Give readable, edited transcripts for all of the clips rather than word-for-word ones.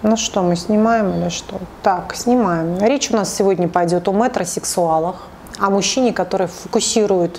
Ну что, мы снимаем или что? Так, снимаем. Речь у нас сегодня пойдет о метросексуалах, о мужчине, который фокусирует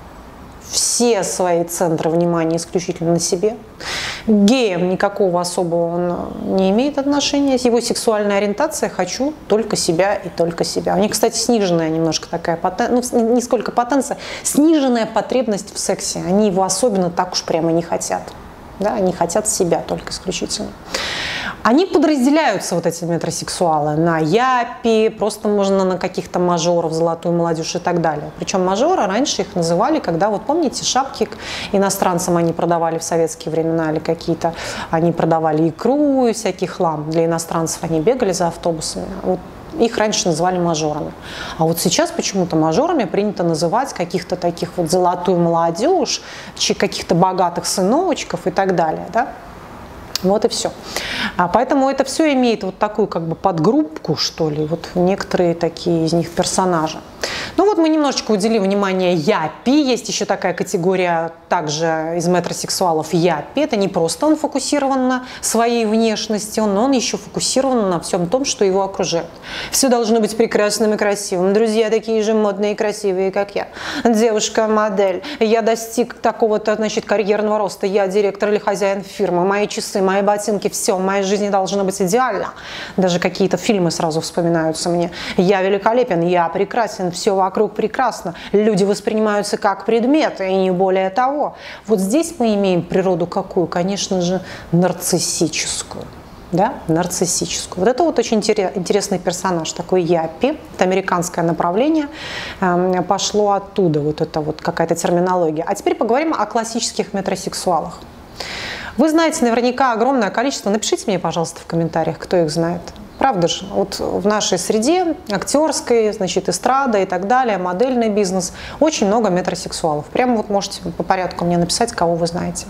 все свои центры внимания исключительно на себе. К геям никакого особого он не имеет отношения. Его сексуальная ориентация «хочу только себя и только себя». У них, кстати, сниженная немножко такая, ну, не сколько потенция, сниженная потребность в сексе. Они его особенно так уж прямо не хотят. Да, они хотят себя только исключительно. Они подразделяются, вот эти метросексуалы, на япи, просто можно на каких-то мажоров, золотую молодежь и так далее. Причем мажоры раньше их называли, когда, вот помните, шапки иностранцам они продавали в советские времена, или какие-то, они продавали икру и всякий хлам. Для иностранцев они бегали за автобусами. Вот их раньше называли мажорами. А вот сейчас почему-то мажорами принято называть каких-то таких вот золотую молодежь, каких-то богатых сыновочков и так далее, да? Вот и все. Поэтому это все имеет вот такую как бы подгруппку, что ли, вот некоторые такие из них персонажи. Ну вот мы немножечко уделим внимание япи. Есть еще такая категория также из метросексуалов япи. Это не просто он фокусирован на своей внешности, но он еще фокусирован на всем том, что его окружает. Все должно быть прекрасным и красивым. Друзья такие же модные и красивые, как я. Девушка-модель. Я достиг такого-то, значит, карьерного роста. Я директор или хозяин фирмы. Мои часы, мои ботинки, все. В моей жизни должно быть идеально. Даже какие-то фильмы сразу вспоминаются мне. Я великолепен, я прекрасен, все вокруг прекрасно. Люди воспринимаются как предметы, и не более того. Вот здесь мы имеем природу какую? Конечно же, нарциссическую. Да? Нарциссическую. Вот это вот очень интересный персонаж, такой япи. Это американское направление, пошло оттуда, вот это вот какая-то терминология. А теперь поговорим о классических метросексуалах. Вы знаете наверняка огромное количество, напишите мне, пожалуйста, в комментариях, кто их знает. Правда же, вот в нашей среде, актерской, значит, эстрада и так далее, модельный бизнес, очень много метросексуалов. Прямо вот можете по порядку мне написать, кого вы знаете.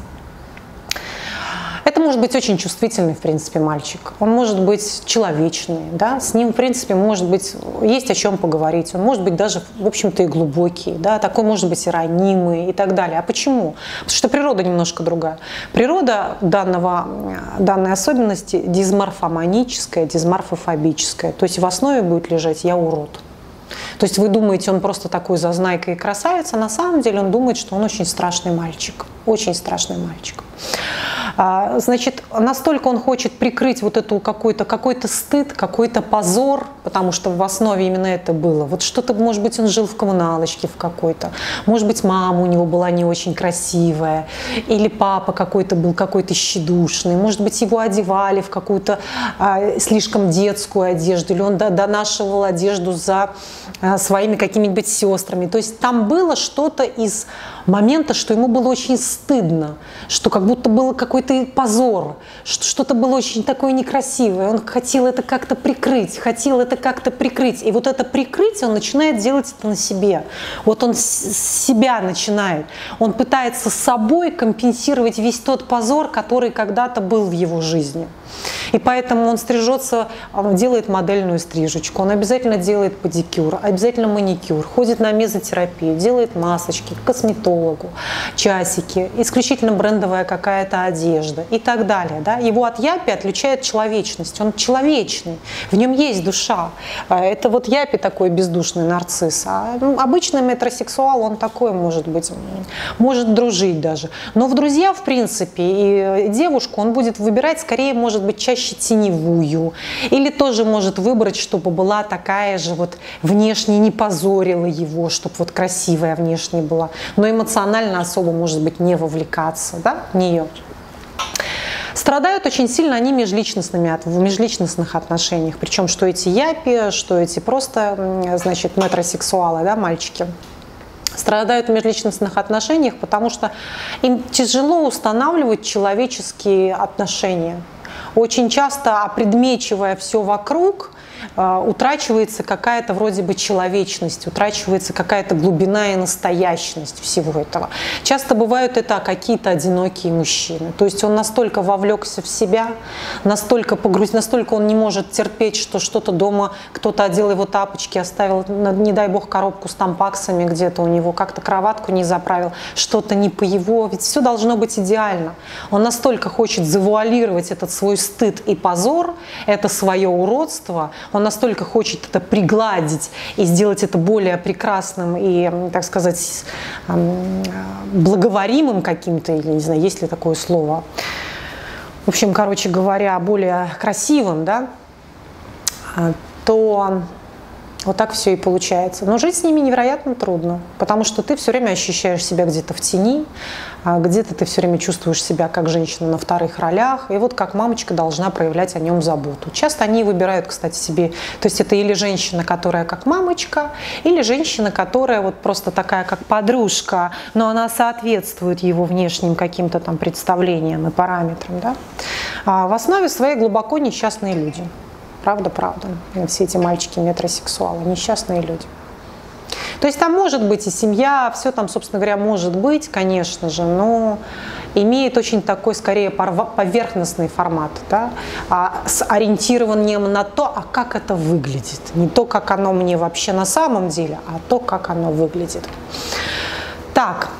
Это может быть очень чувствительный, в принципе, мальчик. Он может быть человечный, да? С ним, в принципе, может быть, есть о чем поговорить. Он может быть даже, в общем-то, и глубокий, да? Такой может быть и ранимый и так далее. А почему? Потому что природа немножко другая. Природа данной особенности дисморфоманическая, дисморфофобическая. То есть в основе будет лежать «я урод». То есть вы думаете, он просто такой зазнайка и красавец, а на самом деле он думает, что он очень страшный мальчик. Очень страшный мальчик. Значит, настолько он хочет прикрыть вот эту какой-то стыд, какой-то позор, потому что в основе именно это было. Вот что-то, может быть, он жил в коммуналочке в какой-то, может быть, мама у него была не очень красивая, или папа какой-то был какой-то тщедушный, может быть, его одевали в какую-то слишком детскую одежду, или он донашивал одежду за своими какими-нибудь сестрами. То есть там было что-то из момента, что ему было очень стыдно, что как будто был какой-то позор, что что-то было очень такое некрасивое. Он хотел это как-то прикрыть, И вот это прикрытие он начинает делать это на себе. Вот он с себя начинает. Он пытается собой компенсировать весь тот позор, который когда-то был в его жизни. И поэтому он стрижется, делает модельную стрижечку, он обязательно делает педикюр, обязательно маникюр, ходит на мезотерапию, делает масочки, к косметологу, часики, исключительно брендовая какая-то одежда и так далее. Да? Его от япи отличает человечность, он человечный, в нем есть душа. Это вот япи такой бездушный нарцисс, а обычный метросексуал, он такой может быть, может дружить даже. Но в друзья, в принципе, и девушку он будет выбирать скорее, может быть, чаще теневую. Или тоже может выбрать, чтобы была такая же вот внешне не позорила его, чтобы вот красивая внешне была. Но эмоционально особо, может быть, не вовлекаться, да, в нее. Страдают очень сильно они в межличностных отношениях. Причем что эти япи, что эти просто, значит, метросексуалы, да, мальчики. Страдают в межличностных отношениях, потому что им тяжело устанавливать человеческие отношения. Очень часто, опредмечивая все вокруг, утрачивается какая-то вроде бы человечность, утрачивается какая-то глубина и настоящность всего этого. Часто бывают это какие-то одинокие мужчины. То есть он настолько вовлекся в себя, настолько погрузился, настолько он не может терпеть, что что-то дома, кто-то одел его тапочки, оставил, не дай бог, коробку с тампаксами где-то у него, как-то кроватку не заправил, что-то не по его. Ведь все должно быть идеально. Он настолько хочет завуалировать этот свой свой стыд и позор, это свое уродство, он настолько хочет это пригладить и сделать это более прекрасным и, так сказать, благоворимым каким-то, или не знаю, есть ли такое слово, в общем, короче говоря, более красивым, да, то вот так все и получается. Но жить с ними невероятно трудно, потому что ты все время ощущаешь себя где-то в тени, где-то ты все время чувствуешь себя как женщина на вторых ролях, и вот как мамочка должна проявлять о нем заботу. Часто они выбирают, кстати, себе, то есть это или женщина, которая как мамочка, или женщина, которая вот просто такая как подружка, но она соответствует его внешним каким-то там представлениям и параметрам, да? В основе своей глубоко несчастные люди. Правда. Все эти мальчики-метросексуалы, несчастные люди. То есть там может быть и семья, все там, собственно говоря, может быть, конечно же, но имеет очень такой, скорее, поверхностный формат, да, с ориентированием на то, а как это выглядит. Не то, как оно мне вообще на самом деле, а то, как оно выглядит. Так,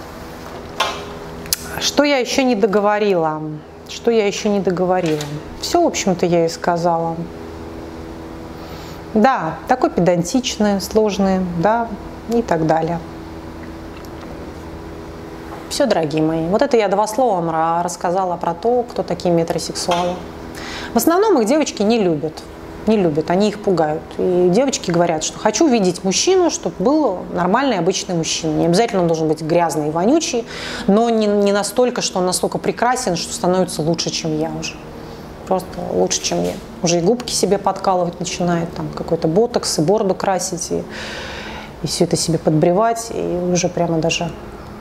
что я еще не договорила? Все, в общем-то, я и сказала. Да, такой педантичный, сложный, да, и так далее. Все, дорогие мои. Вот это я 2 слова вам рассказала про то, кто такие метросексуалы. В основном их девочки не любят, они их пугают. И девочки говорят, что хочу видеть мужчину, чтобы был нормальный, обычный мужчина. Не обязательно он должен быть грязный и вонючий, но не настолько, что он настолько прекрасен, что становится лучше, чем я уже. Просто лучше, чем я. Уже и губки себе подкалывать начинает, там какой-то ботокс, и бороду красить, и все это себе подбревать, и уже прямо даже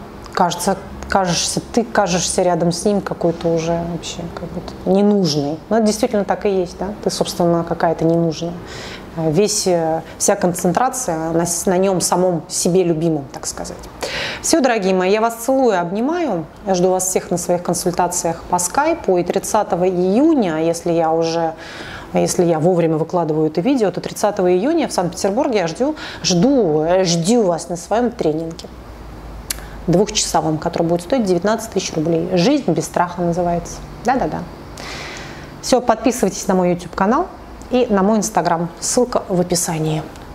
кажешься рядом с ним какой-то уже вообще как будто ненужный. Но это действительно так и есть, да? Ты, собственно, какая-то ненужная. Вся концентрация на нем самом себе любимом, так сказать. Все, дорогие мои, я вас целую, обнимаю. Я жду вас всех на своих консультациях по скайпу. И 30 июня, если я вовремя выкладываю это видео, то 30 июня в Санкт-Петербурге я жду вас на своем тренинге. 2-часовом, который будет стоить 19 000 рублей. «Жизнь без страха» называется. Да-да-да. Все, подписывайтесь на мой YouTube-канал и на мой Instagram. Ссылка в описании.